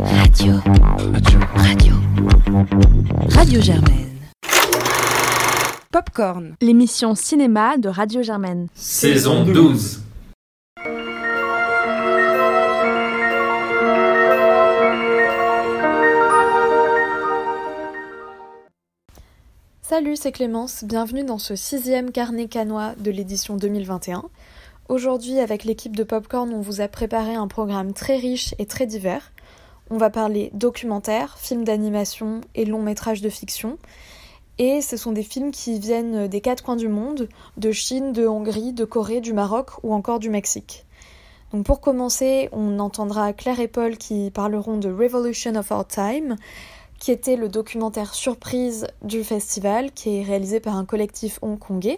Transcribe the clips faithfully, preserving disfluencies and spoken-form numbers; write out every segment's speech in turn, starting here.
Radio. Radio. Radio. Radio Germaine. Popcorn, l'émission cinéma de Radio Germaine. Saison douze. Salut, c'est Clémence, bienvenue dans ce sixième carnet canois de l'édition deux mille vingt et un. Aujourd'hui, avec l'équipe de Popcorn, on vous a préparé un programme très riche et très divers. On va parler documentaires, films d'animation et longs métrages de fiction. Et ce sont des films qui viennent des quatre coins du monde, de Chine, de Hongrie, de Corée, du Maroc ou encore du Mexique. Donc pour commencer, on entendra Claire et Paul qui parleront de Revolution of Our Time, qui était le documentaire surprise du festival, qui est réalisé par un collectif hongkongais.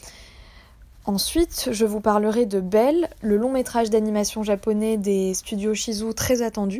Ensuite, je vous parlerai de Belle, le long métrage d'animation japonais des studios Shizu très attendu.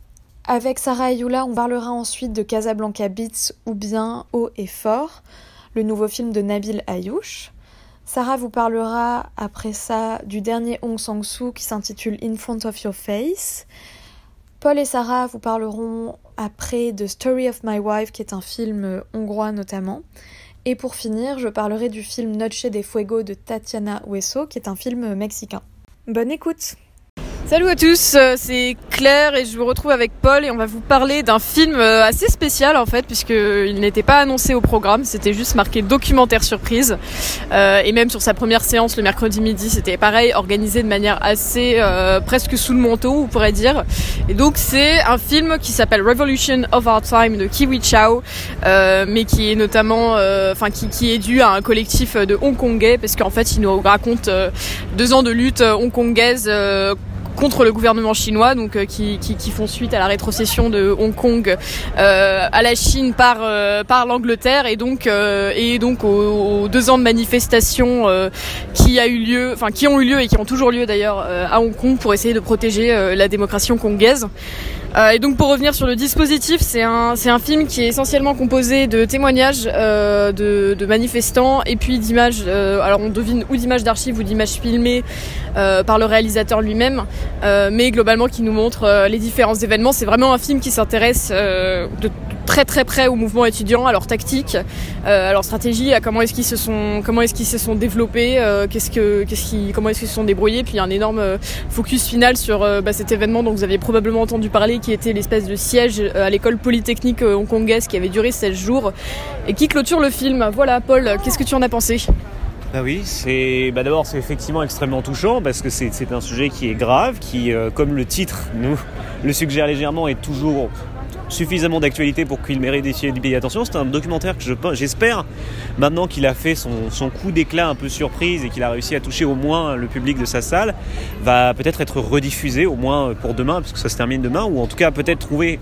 Avec Sarah et Yula, on parlera ensuite de Casablanca Beats ou bien Haut et Fort, le nouveau film de Nabil Ayouch. Sarah vous parlera après ça du dernier Hong Sang-soo qui s'intitule In Front of Your Face. Paul et Sarah vous parleront après de Story of My Wife, qui est un film hongrois notamment. Et pour finir, je parlerai du film Noche de Fuego de Tatiana Hueso, qui est un film mexicain. Bonne écoute! Salut à tous, c'est Claire et je vous retrouve avec Paul et on va vous parler d'un film assez spécial en fait, puisqu'il n'était pas annoncé au programme, c'était juste marqué documentaire surprise. Euh, et même sur sa première séance le mercredi midi, c'était pareil, organisé de manière assez euh, presque sous le manteau, on pourrait dire. Et donc c'est un film qui s'appelle Revolution of Our Time de Kiwi Chow, euh, mais qui est notamment, enfin euh, qui, qui est dû à un collectif de Hongkongais, parce qu'en fait il nous raconte euh, deux ans de lutte hongkongaise euh, contre le gouvernement chinois, donc euh, qui, qui, qui font suite à la rétrocession de Hong Kong euh, à la Chine par euh, par l'Angleterre, et donc euh, et donc aux, aux deux ans de manifestations euh, qui a eu lieu, enfin qui ont eu lieu et qui ont toujours lieu d'ailleurs euh, à Hong Kong pour essayer de protéger euh, la démocratie hongkongaise. Euh, et donc pour revenir sur le dispositif, c'est un c'est un film qui est essentiellement composé de témoignages euh, de, de manifestants et puis d'images. Euh, alors on devine ou d'images d'archives ou d'images filmées euh, par le réalisateur lui-même, euh, mais globalement qui nous montre euh, les différents événements. C'est vraiment un film qui s'intéresse euh, de très très près au mouvement étudiant, à leur tactique, euh, à leur stratégie, à comment est-ce qu'ils se sont comment est-ce qu'ils se sont développés, euh, qu'est-ce que qu'est-ce qui comment est-ce qu'ils se sont débrouillés. Puis il y a un énorme euh, focus final sur euh, bah, cet événement dont vous avez probablement entendu parler, qui était l'espèce de siège à l'école polytechnique hongkongaise qui avait duré seize jours et qui clôture le film. Voilà, Paul, qu'est-ce que tu en as pensé ? Bah oui, c'est bah d'abord c'est effectivement extrêmement touchant parce que c'est c'est un sujet qui est grave, qui euh, comme le titre nous le suggère légèrement, est toujours suffisamment d'actualité pour qu'il mérite d'y payer attention. C'est un documentaire que je, j'espère, maintenant qu'il a fait son, son coup d'éclat un peu surprise et qu'il a réussi à toucher au moins le public de sa salle, va peut-être être rediffusé, au moins pour demain, parce que ça se termine demain, ou en tout cas peut-être trouver,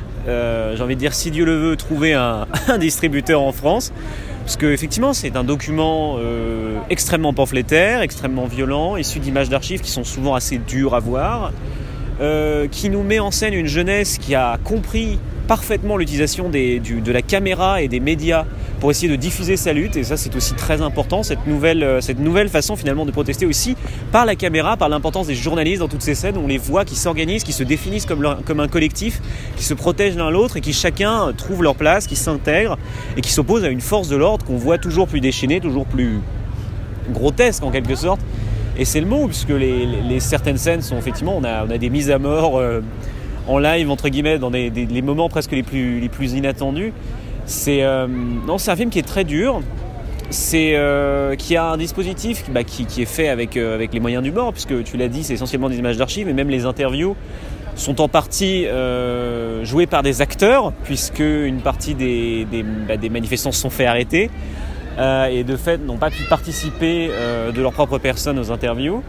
euh, j'ai envie de dire si Dieu le veut, trouver un, un distributeur en France. Parce qu'effectivement, c'est un document euh, extrêmement pamphlétaire, extrêmement violent, issu d'images d'archives qui sont souvent assez dures à voir. Euh, qui nous met en scène une jeunesse qui a compris parfaitement l'utilisation des, du, de la caméra et des médias pour essayer de diffuser sa lutte, et ça c'est aussi très important, cette nouvelle, cette nouvelle façon finalement de protester aussi par la caméra, par l'importance des journalistes dans toutes ces scènes. On les voit qui s'organisent, qui se définissent comme, leur, comme un collectif, qui se protègent l'un l'autre et qui chacun trouve leur place, qui s'intègrent et qui s'opposent à une force de l'ordre qu'on voit toujours plus déchaînée, toujours plus grotesque en quelque sorte. Et c'est le mot, puisque les, les, les certaines scènes sont effectivement, on a, on a des mises à mort euh, en live, entre guillemets, dans des, des, les moments presque les plus, les plus inattendus. C'est, euh, non, c'est un film qui est très dur, c'est, euh, qui a un dispositif bah, qui, qui est fait avec, euh, avec les moyens du bord, puisque tu l'as dit, c'est essentiellement des images d'archives, et même les interviews sont en partie euh, jouées par des acteurs, puisque une partie des, des, bah, des manifestants se sont fait arrêter. Euh, et de fait n'ont pas pu participer euh, de leur propre personne aux interviews,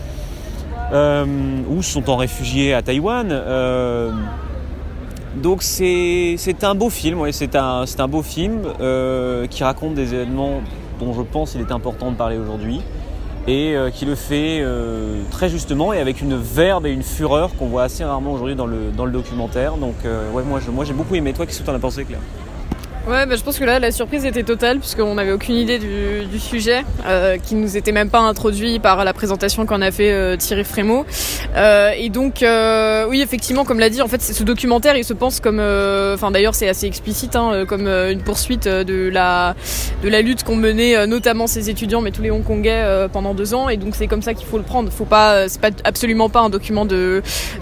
euh, ou sont en réfugiés à Taïwan. Euh, donc c'est, c'est un beau film, ouais, c'est, un, c'est un beau film euh, qui raconte des événements dont je pense qu'il est important de parler aujourd'hui, et euh, qui le fait euh, très justement et avec une verve et une fureur qu'on voit assez rarement aujourd'hui dans le, dans le documentaire. Donc euh, ouais, moi, je, moi j'ai beaucoup aimé. Toi, qu'est-ce que tu en as pensé, Claire ? Ouais, bah, je pense que là, la surprise était totale, puisqu'on n'avait aucune idée du, du sujet, euh, qui nous était même pas introduit par la présentation qu'en a fait euh, Thierry Frémaux. Euh, et donc, euh, oui, effectivement, comme l'a dit, en fait, ce documentaire, il se pense comme, enfin, euh, d'ailleurs, c'est assez explicite, hein, comme euh, une poursuite de la de la lutte qu'ont menée euh, notamment ces étudiants, mais tous les Hongkongais euh, pendant deux ans. Et donc, c'est comme ça qu'il faut le prendre. Faut pas, c'est pas absolument pas un document de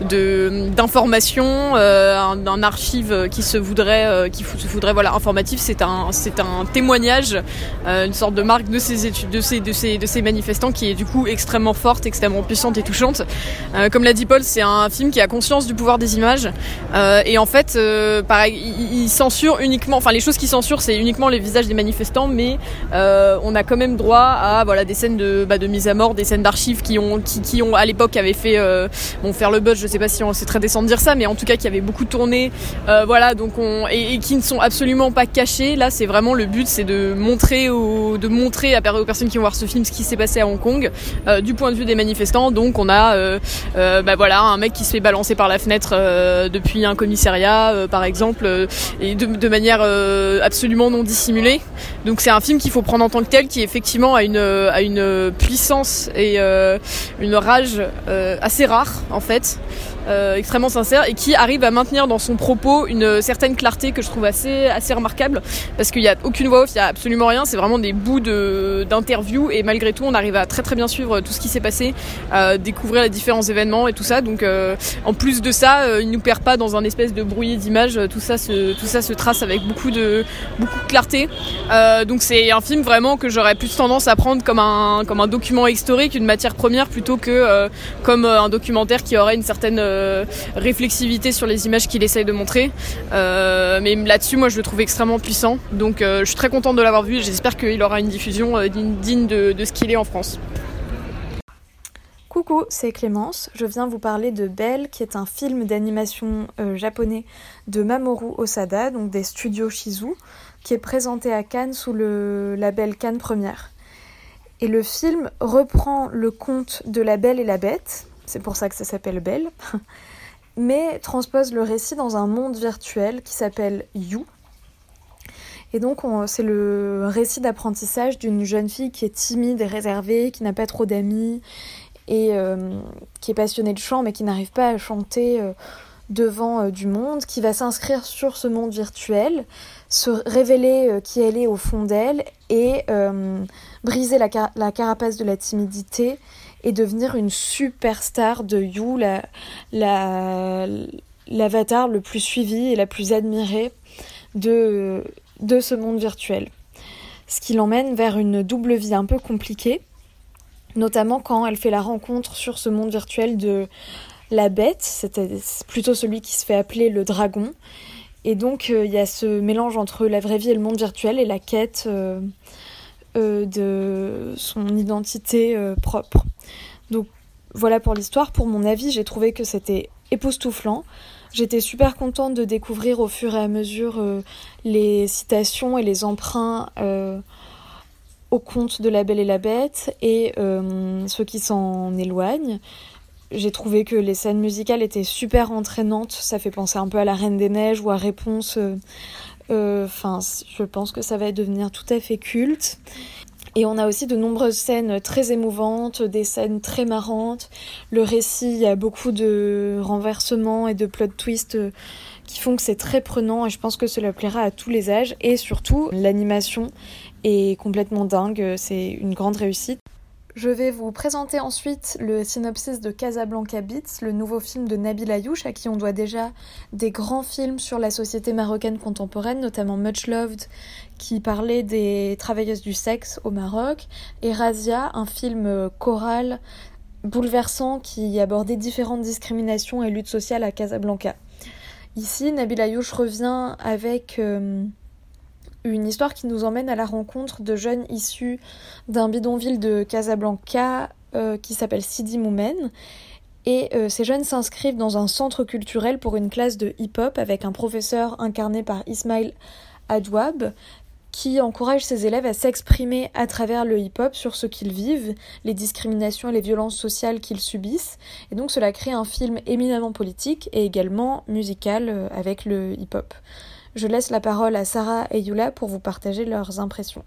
de d'information, euh, un, un archive qui se voudrait, euh, qui se voudrait, voilà, informatique. C'est un, c'est un témoignage, euh, une sorte de marque de ces études, de ces, de ces, de ces manifestants qui est du coup extrêmement forte, extrêmement puissante et touchante. Euh, comme l'a dit Paul, c'est un film qui a conscience du pouvoir des images. Euh, et en fait, euh, pareil, il, il censure uniquement, enfin les choses qu'il censure, c'est uniquement les visages des manifestants, mais euh, on a quand même droit à voilà des scènes de, bah, de mise à mort, des scènes d'archives qui ont, qui, qui ont à l'époque avaient fait, euh, bon faire le buzz, je sais pas si on, c'est très décent de dire ça, mais en tout cas qui avaient beaucoup tourné, euh, voilà donc on et, et qui ne sont absolument pas caché. Là, c'est vraiment le but, c'est de montrer aux, de montrer à, aux personnes qui vont voir ce film ce qui s'est passé à Hong Kong euh, du point de vue des manifestants. Donc, on a, euh, euh, bah voilà, un mec qui se fait balancer par la fenêtre euh, depuis un commissariat, euh, par exemple, euh, et de, de manière euh, absolument non dissimulée. Donc, c'est un film qu'il faut prendre en tant que tel, qui effectivement a une, a une puissance et euh, une rage euh, assez rare, en fait. Euh, extrêmement sincère et qui arrive à maintenir dans son propos une certaine clarté que je trouve assez assez remarquable, parce qu'il y a aucune voix off, il y a absolument rien, c'est vraiment des bouts de d'interviews et malgré tout on arrive à très très bien suivre tout ce qui s'est passé, à découvrir les différents événements et tout ça. Donc euh, en plus de ça, euh, il nous perd pas dans un espèce de brouillé d'images, tout ça se tout ça se trace avec beaucoup de beaucoup de clarté. Euh, donc c'est un film vraiment que j'aurais plus tendance à prendre comme un comme un document historique, une matière première, plutôt que euh, comme un documentaire qui aurait une certaine euh, réflexivité sur les images qu'il essaye de montrer. Euh, mais là-dessus, moi, je le trouve extrêmement puissant. Donc, euh, je suis très contente de l'avoir vu et j'espère qu'il aura une diffusion euh, digne de, de ce qu'il est en France. Coucou, c'est Clémence. Je viens vous parler de Belle, qui est un film d'animation euh, japonais de Mamoru Osada, donc des studios Shizu, qui est présenté à Cannes sous le label Cannes Première. Et le film reprend le conte de La Belle et la Bête, c'est pour ça que ça s'appelle Belle, mais transpose le récit dans un monde virtuel qui s'appelle You. Et donc on, c'est le récit d'apprentissage d'une jeune fille qui est timide et réservée, qui n'a pas trop d'amis et euh, qui est passionnée de chant mais qui n'arrive pas à chanter euh, devant euh, du monde, qui va s'inscrire sur ce monde virtuel, se révéler euh, qui elle est au fond d'elle et euh, briser la, car- la carapace de la timidité et devenir une superstar de You, la, la, l'avatar le plus suivi et la plus admirée de, de ce monde virtuel. Ce qui l'emmène vers une double vie un peu compliquée, notamment quand elle fait la rencontre sur ce monde virtuel de la bête, c'était plutôt celui qui se fait appeler le dragon. Et donc il euh, y a ce mélange entre la vraie vie et le monde virtuel et la quête euh, euh, de son identité euh, propre. Donc voilà pour l'histoire. Pour mon avis, j'ai trouvé que c'était époustouflant. J'étais super contente de découvrir au fur et à mesure euh, les citations et les emprunts euh, au conte de La Belle et la Bête et euh, ceux qui s'en éloignent. J'ai trouvé que les scènes musicales étaient super entraînantes. Ça fait penser un peu à La Reine des Neiges ou à Réponse. Enfin, euh, je pense que ça va devenir tout à fait culte. Et on a aussi de nombreuses scènes très émouvantes, des scènes très marrantes. Le récit, il y a beaucoup de renversements et de plot twists qui font que c'est très prenant et je pense que cela plaira à tous les âges. Et surtout, l'animation est complètement dingue, c'est une grande réussite. Je vais vous présenter ensuite le synopsis de Casablanca Beats, le nouveau film de Nabil Ayouch, à qui on doit déjà des grands films sur la société marocaine contemporaine, notamment Much Loved, qui parlait des travailleuses du sexe au Maroc, et Razia, un film choral bouleversant qui abordait différentes discriminations et luttes sociales à Casablanca. Ici, Nabil Ayouch revient avec euh, une histoire qui nous emmène à la rencontre de jeunes issus d'un bidonville de Casablanca euh, qui s'appelle Sidi Moumen. Et euh, ces jeunes s'inscrivent dans un centre culturel pour une classe de hip-hop avec un professeur incarné par Ismail Adouab qui encourage ses élèves à s'exprimer à travers le hip-hop sur ce qu'ils vivent, les discriminations et les violences sociales qu'ils subissent. Et donc cela crée un film éminemment politique et également musical euh, avec le hip-hop. Je laisse la parole à Sarah et Yula pour vous partager leurs impressions.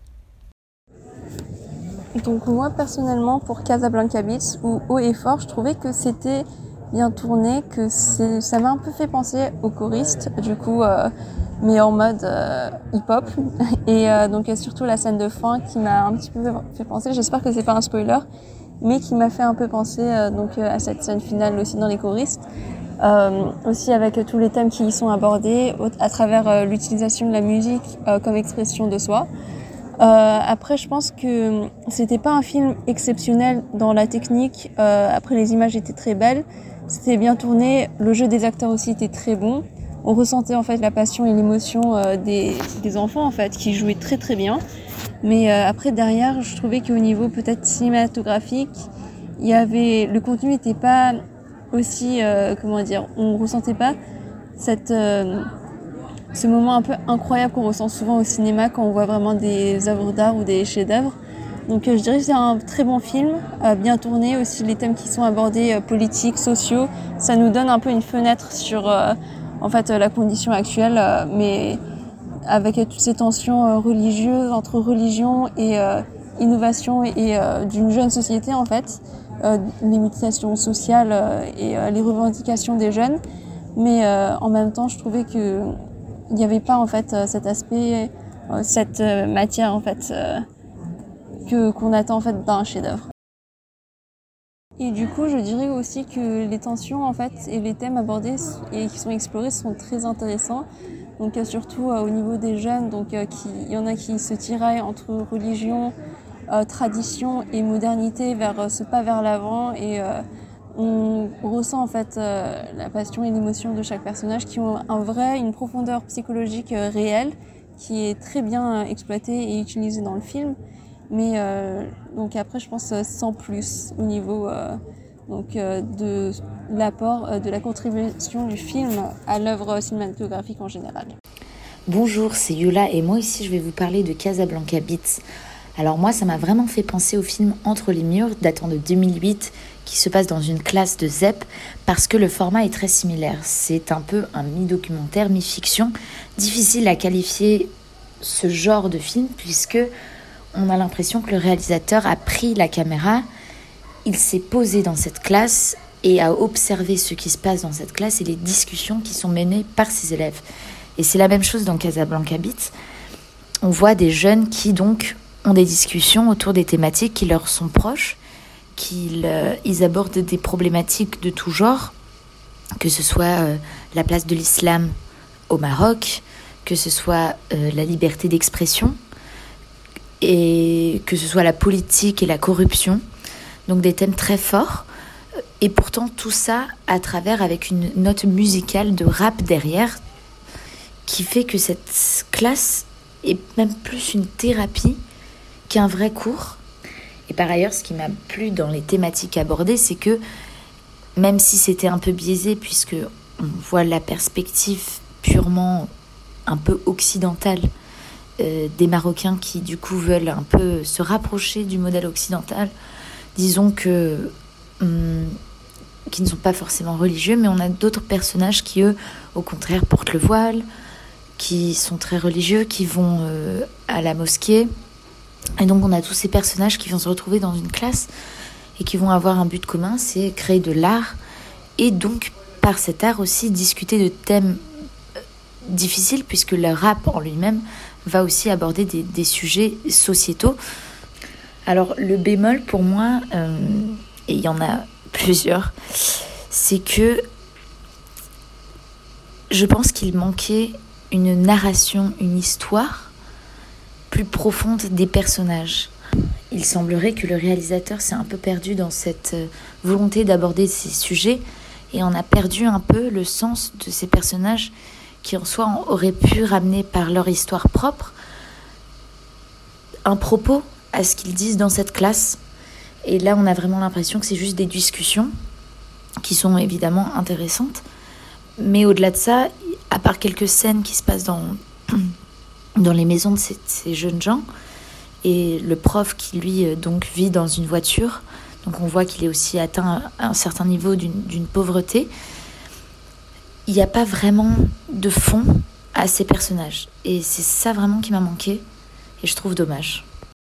Donc moi personnellement pour Casablanca Beats ou Haut et Fort, je trouvais que c'était bien tourné, que c'est, ça m'a un peu fait penser aux choristes, du coup, euh, mais en mode euh, hip-hop. Et euh, donc surtout la scène de fin qui m'a un petit peu fait penser, j'espère que c'est pas un spoiler, mais qui m'a fait un peu penser euh, donc à cette scène finale aussi dans les choristes. Euh, aussi avec tous les thèmes qui y sont abordés à travers euh, l'utilisation de la musique euh, comme expression de soi. Euh, après, je pense que c'était pas un film exceptionnel dans la technique. Euh, après, les images étaient très belles, c'était bien tourné, le jeu des acteurs aussi était très bon. On ressentait en fait la passion et l'émotion euh, des, des enfants en fait qui jouaient très très bien. Mais euh, après derrière, je trouvais qu'au niveau peut-être cinématographique, il y avait le contenu n'était pas aussi, euh, comment dire, on ressentait pas cette, euh, ce moment un peu incroyable qu'on ressent souvent au cinéma quand on voit vraiment des œuvres d'art ou des chefs-d'œuvre. Donc euh, je dirais que c'est un très bon film, euh, bien tourné, aussi les thèmes qui sont abordés, euh, politiques, sociaux, ça nous donne un peu une fenêtre sur euh, en fait, euh, la condition actuelle, euh, mais avec euh, toutes ces tensions euh, religieuses, entre religion et euh, innovation et, et euh, d'une jeune société en fait. Euh, les mutations sociales euh, et euh, les revendications des jeunes, mais euh, en même temps je trouvais que il n'y avait pas en fait euh, cet aspect, euh, cette euh, matière en fait euh, que qu'on attend en fait d'un chef-d'œuvre. Et du coup je dirais aussi que les tensions en fait et les thèmes abordés et qui sont explorés sont très intéressants. Donc euh, surtout euh, au niveau des jeunes, donc euh, qui, il y en a qui se tiraillent entre religion, Euh, tradition et modernité vers euh, ce pas vers l'avant et euh, on ressent en fait euh, la passion et l'émotion de chaque personnage qui ont un vrai, une profondeur psychologique euh, réelle qui est très bien euh, exploitée et utilisée dans le film, mais euh, donc après je pense euh, sans plus au niveau euh, donc euh, de l'apport euh, de la contribution du film à l'œuvre cinématographique en général. Bonjour, c'est Yula et moi ici je vais vous parler de Casablanca Beats. Alors moi, ça m'a vraiment fait penser au film Entre les murs, datant de deux mille huit, qui se passe dans une classe de Z E P, parce que le format est très similaire. C'est un peu un mi-documentaire, mi-fiction. Difficile à qualifier ce genre de film, puisque on a l'impression que le réalisateur a pris la caméra, il s'est posé dans cette classe et a observé ce qui se passe dans cette classe et les discussions qui sont menées par ses élèves. Et c'est la même chose dans Casablanca Beats. On voit des jeunes qui donc ont des discussions autour des thématiques qui leur sont proches, qu'ils euh, ils abordent des problématiques de tout genre, que ce soit euh, la place de l'islam au Maroc, que ce soit euh, la liberté d'expression, et que ce soit la politique et la corruption, donc des thèmes très forts, et pourtant tout ça à travers avec une note musicale de rap derrière, qui fait que cette classe est même plus une thérapie qu'un vrai cours. Et par ailleurs, ce qui m'a plu dans les thématiques abordées, c'est que même si c'était un peu biaisé, puisque on voit la perspective purement un peu occidentale euh, des Marocains qui du coup veulent un peu se rapprocher du modèle occidental, disons que hum, qui ne sont pas forcément religieux, mais on a d'autres personnages qui eux au contraire portent le voile, qui sont très religieux, qui vont euh, à la mosquée. Et donc on a tous ces personnages qui vont se retrouver dans une classe et qui vont avoir un but commun, c'est créer de l'art et donc par cet art aussi discuter de thèmes difficiles, puisque le rap en lui-même va aussi aborder des, des sujets sociétaux. Alors le bémol pour moi, euh, et il y en a plusieurs, c'est que je pense qu'il manquait une narration, une histoire plus profonde des personnages. Il semblerait que le réalisateur s'est un peu perdu dans cette volonté d'aborder ces sujets et on a perdu un peu le sens de ces personnages qui en soi auraient pu ramener par leur histoire propre un propos à ce qu'ils disent dans cette classe. Et là on a vraiment l'impression que c'est juste des discussions qui sont évidemment intéressantes, mais au-delà de ça, à part quelques scènes qui se passent dans dans les maisons de ces, ces jeunes gens, et le prof qui lui donc vit dans une voiture, donc on voit qu'il est aussi atteint à un certain niveau d'une, d'une pauvreté. Il n'y a pas vraiment de fond à ces personnages. Et c'est ça vraiment qui m'a manqué et je trouve dommage.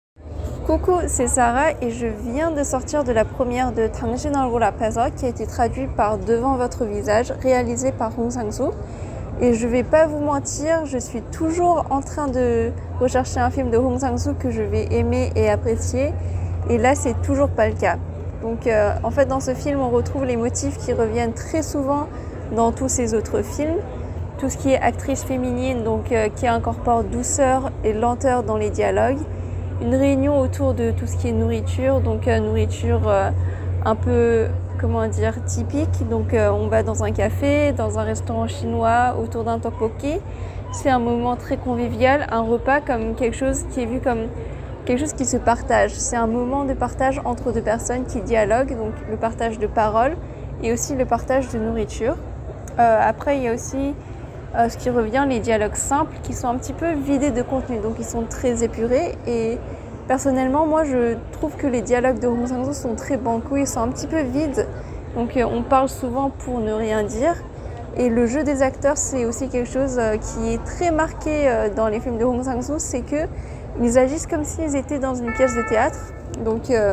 Coucou, c'est Sarah et je viens de sortir de la première de 당신 얼굴 앞에서 qui a été traduit par Devant votre visage, réalisé par Hong Sang-soo. Et je vais pas vous mentir, je suis toujours en train de rechercher un film de Hong Sang-soo que je vais aimer et apprécier. Et là, c'est toujours pas le cas. Donc euh, en fait, dans ce film, on retrouve les motifs qui reviennent très souvent dans tous ces autres films. Tout ce qui est actrice féminine, donc euh, qui incorpore douceur et lenteur dans les dialogues. Une réunion autour de tout ce qui est nourriture, donc euh, nourriture euh, un peu, comment dire, typique. Donc euh, on va dans un café, dans un restaurant chinois, autour d'un tteokbokki. C'est un moment très convivial, un repas comme quelque chose qui est vu comme quelque chose qui se partage. C'est un moment de partage entre deux personnes qui dialoguent, donc le partage de paroles et aussi le partage de nourriture. Euh, après, il y a aussi Euh, ce qui revient, les dialogues simples qui sont un petit peu vidés de contenu, donc ils sont très épurés. Et personnellement, moi je trouve que les dialogues de Hong Sang-soo sont très bancaux, ils sont un petit peu vides, donc euh, on parle souvent pour ne rien dire. Et le jeu des acteurs, c'est aussi quelque chose euh, qui est très marqué euh, dans les films de Hong Sang-soo, c'est qu'ils agissent comme s'ils étaient dans une pièce de théâtre. Donc il euh,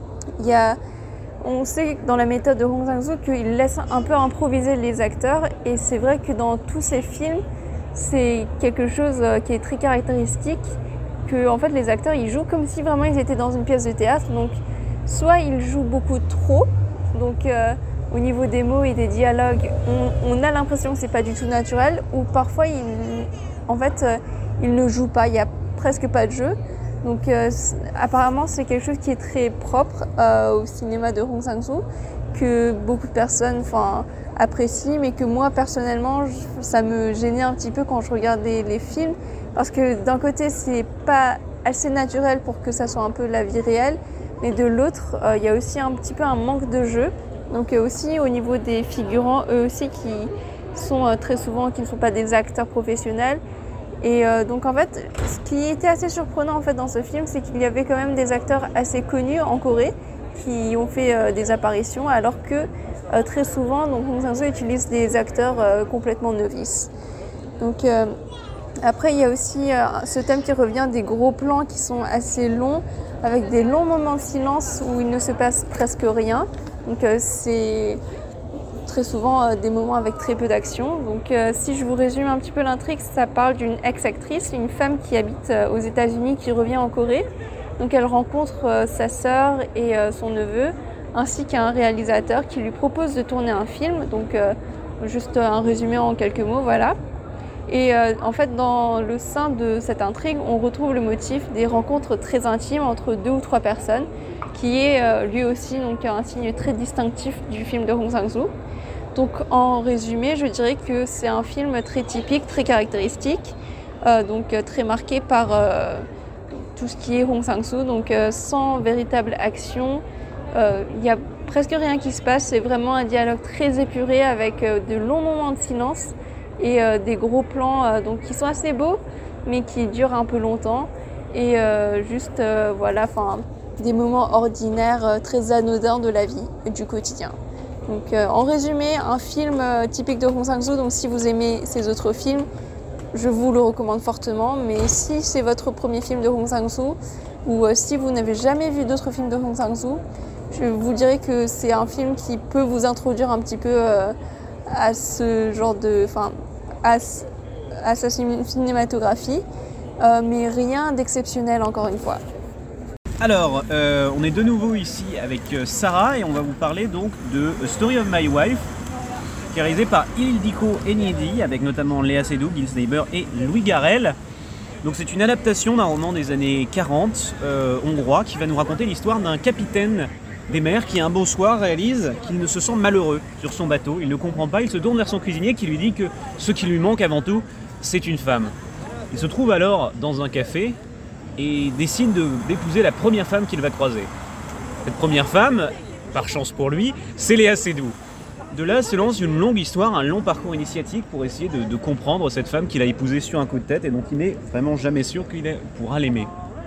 y a... On sait dans la méthode de Hong Sang-soo qu'il laisse un peu improviser les acteurs et c'est vrai que dans tous ces films, c'est quelque chose qui est très caractéristique, que en fait les acteurs ils jouent comme si vraiment ils étaient dans une pièce de théâtre. Donc soit ils jouent beaucoup trop, donc euh, au niveau des mots et des dialogues, on, on a l'impression que c'est pas du tout naturel, ou parfois ils, en fait euh, ils ne jouent pas, il y a presque pas de jeu. Donc euh, apparemment c'est quelque chose qui est très propre euh, au cinéma de Hong Sang-soo, que beaucoup de personnes apprécient, mais que moi personnellement je, ça me gênait un petit peu quand je regardais les films, parce que d'un côté c'est pas assez naturel pour que ça soit un peu la vie réelle, mais de l'autre il euh, y a aussi un petit peu un manque de jeu. Donc euh, aussi au niveau des figurants, eux aussi qui sont euh, très souvent, qui ne sont pas des acteurs professionnels. Et euh, donc en fait, ce qui était assez surprenant en fait dans ce film, c'est qu'il y avait quand même des acteurs assez connus en Corée qui ont fait euh, des apparitions, alors que euh, très souvent, donc Hong Sang-soo utilise des acteurs euh, complètement novices. Donc euh, après, il y a aussi euh, ce thème qui revient des gros plans qui sont assez longs, avec des longs moments de silence où il ne se passe presque rien. Donc euh, c'est très souvent euh, des moments avec très peu d'action. Donc euh, si je vous résume un petit peu l'intrigue, ça parle d'une ex-actrice, une femme qui habite euh, aux États-Unis qui revient en Corée. Donc elle rencontre euh, sa sœur et euh, son neveu, ainsi qu'un réalisateur qui lui propose de tourner un film. Donc euh, juste un résumé en quelques mots, voilà. Et euh, en fait, dans le sein de cette intrigue, on retrouve le motif des rencontres très intimes entre deux ou trois personnes, qui est euh, lui aussi donc, un signe très distinctif du film de Hong Sang-soo. Donc en résumé, je dirais que c'est un film très typique, très caractéristique, euh, donc euh, très marqué par euh, tout ce qui est Hong Sang-soo, donc euh, sans véritable action. Il euh, n'y a presque rien qui se passe, c'est vraiment un dialogue très épuré avec euh, de longs moments de silence et euh, des gros plans euh, donc, qui sont assez beaux, mais qui durent un peu longtemps. Et euh, juste, euh, voilà, enfin, des moments ordinaires euh, très anodins de la vie et du quotidien. Donc euh, en résumé, un film euh, typique de Hong Sang-soo, donc si vous aimez ses autres films, je vous le recommande fortement, mais si c'est votre premier film de Hong Sang-soo, ou euh, si vous n'avez jamais vu d'autres films de Hong Sang-soo, je vous dirais que c'est un film qui peut vous introduire un petit peu euh, à ce genre de... enfin, à, à sa cinématographie, euh, mais rien d'exceptionnel encore une fois. Alors, euh, on est de nouveau ici avec Sarah et on va vous parler donc de A Story of My Wife, qui est réalisé par Ildiko Enyedi, avec notamment Léa Seydoux, Gil Snyder et Louis Garrel. Donc c'est une adaptation d'un roman des années quarante, euh, hongrois, qui va nous raconter l'histoire d'un capitaine des mers qui un beau soir réalise qu'il ne se sent malheureux sur son bateau. Il ne comprend pas, il se tourne vers son cuisinier qui lui dit que ce qui lui manque avant tout, c'est une femme. Il se trouve alors dans un café et décide de, d'épouser la première femme qu'il va croiser. Cette première femme, par chance pour lui, c'est Léa Seydoux. De là se lance une longue histoire, un long parcours initiatique pour essayer de, de comprendre cette femme qu'il a épousée sur un coup de tête et dont il n'est vraiment jamais sûr qu'il pourra l'aimer.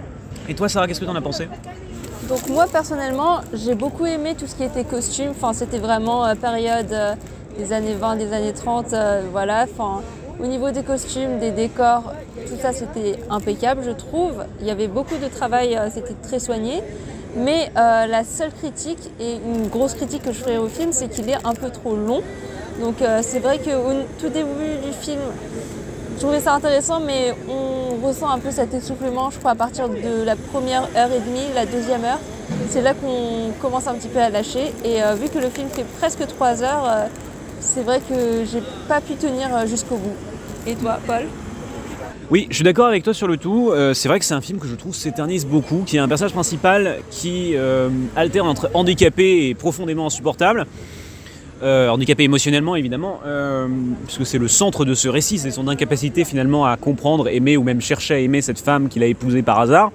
Et toi Sarah, qu'est-ce que tu en as pensé ? Donc moi personnellement, j'ai beaucoup aimé tout ce qui était costume, enfin, c'était vraiment euh, période euh, des années vingt, des années trente, euh, voilà. Enfin, Au niveau des costumes, des décors, tout ça c'était impeccable je trouve. Il y avait beaucoup de travail, c'était très soigné. Mais euh, la seule critique, et une grosse critique que je ferais au film, c'est qu'il est un peu trop long. Donc euh, c'est vrai qu'au tout début du film, je trouvais ça intéressant, mais on ressent un peu cet essoufflement, je crois, à partir de la première heure et demie, la deuxième heure. C'est là qu'on commence un petit peu à lâcher. Et euh, vu que le film fait presque trois heures, euh, c'est vrai que j'ai pas pu tenir jusqu'au bout. Et toi, Paul ? Oui, je suis d'accord avec toi sur le tout. Euh, c'est vrai que c'est un film que je trouve s'éternise beaucoup, qui a un personnage principal qui euh, alterne entre handicapé et profondément insupportable. Euh, handicapé émotionnellement évidemment, euh, puisque c'est le centre de ce récit, c'est son incapacité finalement à comprendre, aimer ou même chercher à aimer cette femme qu'il a épousée par hasard.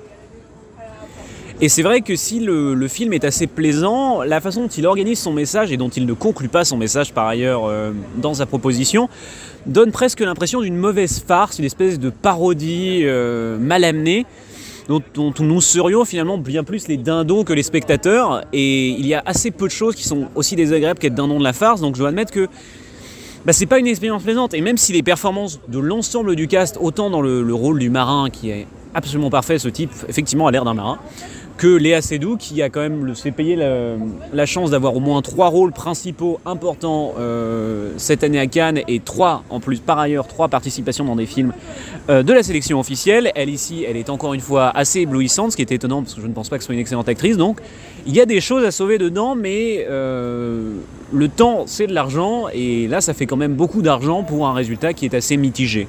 Et c'est vrai que si le, le film est assez plaisant, la façon dont il organise son message et dont il ne conclut pas son message par ailleurs euh, dans sa proposition, donne presque l'impression d'une mauvaise farce, une espèce de parodie euh, mal amenée, dont, dont nous serions finalement bien plus les dindons que les spectateurs. Et il y a assez peu de choses qui sont aussi désagréables qu'être dindons de la farce, donc je dois admettre que bah, c'est pas une expérience plaisante. Et même si les performances de l'ensemble du cast, autant dans le, le rôle du marin qui est absolument parfait, ce type effectivement a l'air d'un marin, que Léa Seydoux, qui a quand même s'est payé la, la chance d'avoir au moins trois rôles principaux importants euh, cette année à Cannes, et trois, en plus par ailleurs, trois participations dans des films euh, de la sélection officielle. Elle ici, elle est encore une fois assez éblouissante, ce qui est étonnant parce que je ne pense pas que ce soit une excellente actrice. Donc il y a des choses à sauver dedans, mais euh, le temps c'est de l'argent, et là ça fait quand même beaucoup d'argent pour un résultat qui est assez mitigé.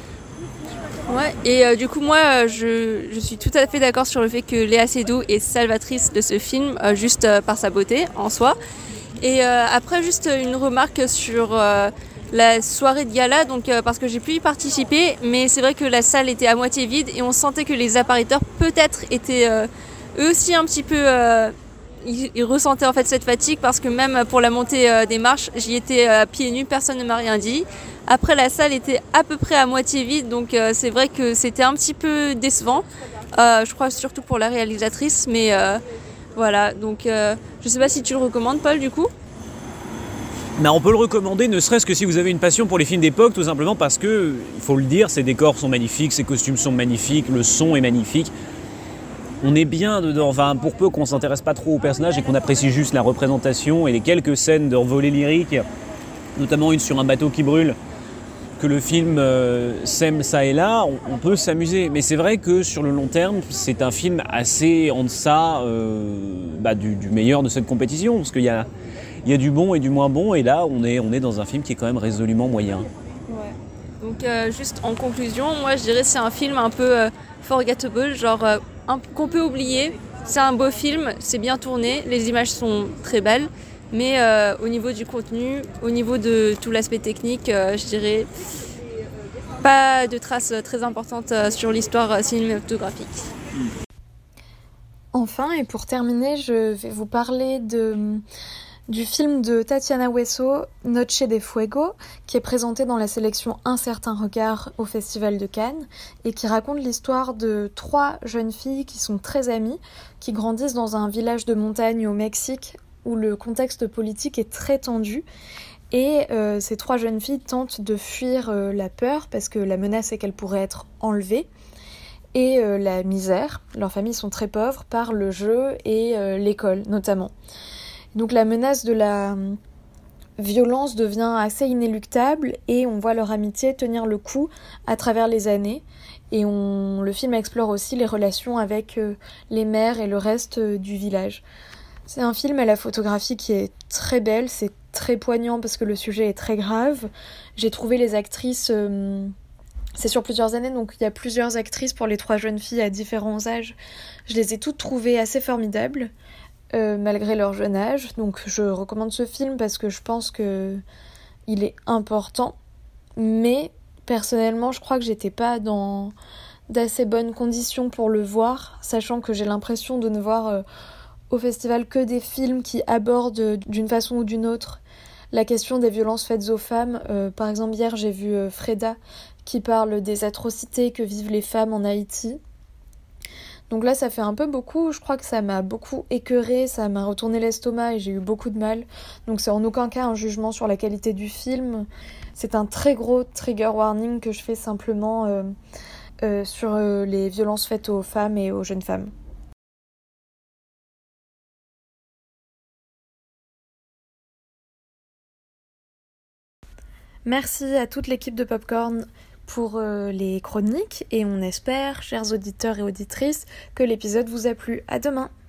Ouais, et euh, du coup moi je, je suis tout à fait d'accord sur le fait que Léa Seydoux est salvatrice de ce film, euh, juste euh, par sa beauté en soi. Et euh, après juste une remarque sur euh, la soirée de gala, donc, euh, parce que j'ai pu y participer, mais c'est vrai que la salle était à moitié vide et on sentait que les appariteurs peut-être étaient euh, eux aussi un petit peu... Euh, ils, ils ressentaient en fait cette fatigue, parce que même pour la montée euh, des marches, j'y étais à euh, pieds nus, personne ne m'a rien dit. Après, la salle était à peu près à moitié vide, donc euh, c'est vrai que c'était un petit peu décevant. Euh, je crois surtout pour la réalisatrice, mais euh, voilà. Donc, euh, je sais pas si tu le recommandes, Paul, du coup. Mais on peut le recommander, ne serait-ce que si vous avez une passion pour les films d'époque, tout simplement parce que, il faut le dire, ces décors sont magnifiques, ces costumes sont magnifiques, le son est magnifique. On est bien dedans, enfin, pour peu qu'on s'intéresse pas trop aux personnages et qu'on apprécie juste la représentation et les quelques scènes de volée lyrique, notamment une sur un bateau qui brûle, que le film euh, sème ça et là, on, on peut s'amuser. Mais c'est vrai que sur le long terme, c'est un film assez en deçà euh, bah, du, du meilleur de cette compétition, parce qu'il y a, il y a du bon et du moins bon, et là on est, on est dans un film qui est quand même résolument moyen. Ouais. Donc euh, juste en conclusion, moi je dirais que c'est un film un peu euh, forgettable, genre euh, un, qu'on peut oublier. C'est un beau film, c'est bien tourné, les images sont très belles. Mais euh, au niveau du contenu, au niveau de tout l'aspect technique, euh, je dirais pas de traces très importantes euh, sur l'histoire cinématographique. Enfin, et pour terminer, je vais vous parler de, du film de Tatiana Hueso, Noche de Fuego, qui est présenté dans la sélection Un certain regard au Festival de Cannes, et qui raconte l'histoire de trois jeunes filles qui sont très amies, qui grandissent dans un village de montagne au Mexique, où le contexte politique est très tendu, et euh, ces trois jeunes filles tentent de fuir euh, la peur, parce que la menace est qu'elles pourraient être enlevées, et euh, la misère, leurs familles sont très pauvres, par le jeu et euh, l'école notamment. Donc la menace de la violence devient assez inéluctable, et on voit leur amitié tenir le coup à travers les années, et on, le film explore aussi les relations avec euh, les mères et le reste euh, du village. C'est un film à la photographie qui est très belle, c'est très poignant parce que le sujet est très grave. J'ai trouvé les actrices, euh, c'est sur plusieurs années, donc il y a plusieurs actrices pour les trois jeunes filles à différents âges. Je les ai toutes trouvées assez formidables, euh, malgré leur jeune âge. Donc je recommande ce film parce que je pense que il est important. Mais personnellement, je crois que j'étais pas dans d'assez bonnes conditions pour le voir, sachant que j'ai l'impression de ne voir... Euh, au festival que des films qui abordent d'une façon ou d'une autre la question des violences faites aux femmes. Euh, par exemple, hier, j'ai vu euh, Freda qui parle des atrocités que vivent les femmes en Haïti. Donc là, ça fait un peu beaucoup. Je crois que ça m'a beaucoup écœurée, ça m'a retourné l'estomac et j'ai eu beaucoup de mal. Donc c'est en aucun cas un jugement sur la qualité du film. C'est un très gros trigger warning que je fais simplement euh, euh, sur euh, les violences faites aux femmes et aux jeunes femmes. Merci à toute l'équipe de Popcorn pour euh, les chroniques et on espère, chers auditeurs et auditrices, que l'épisode vous a plu. À demain!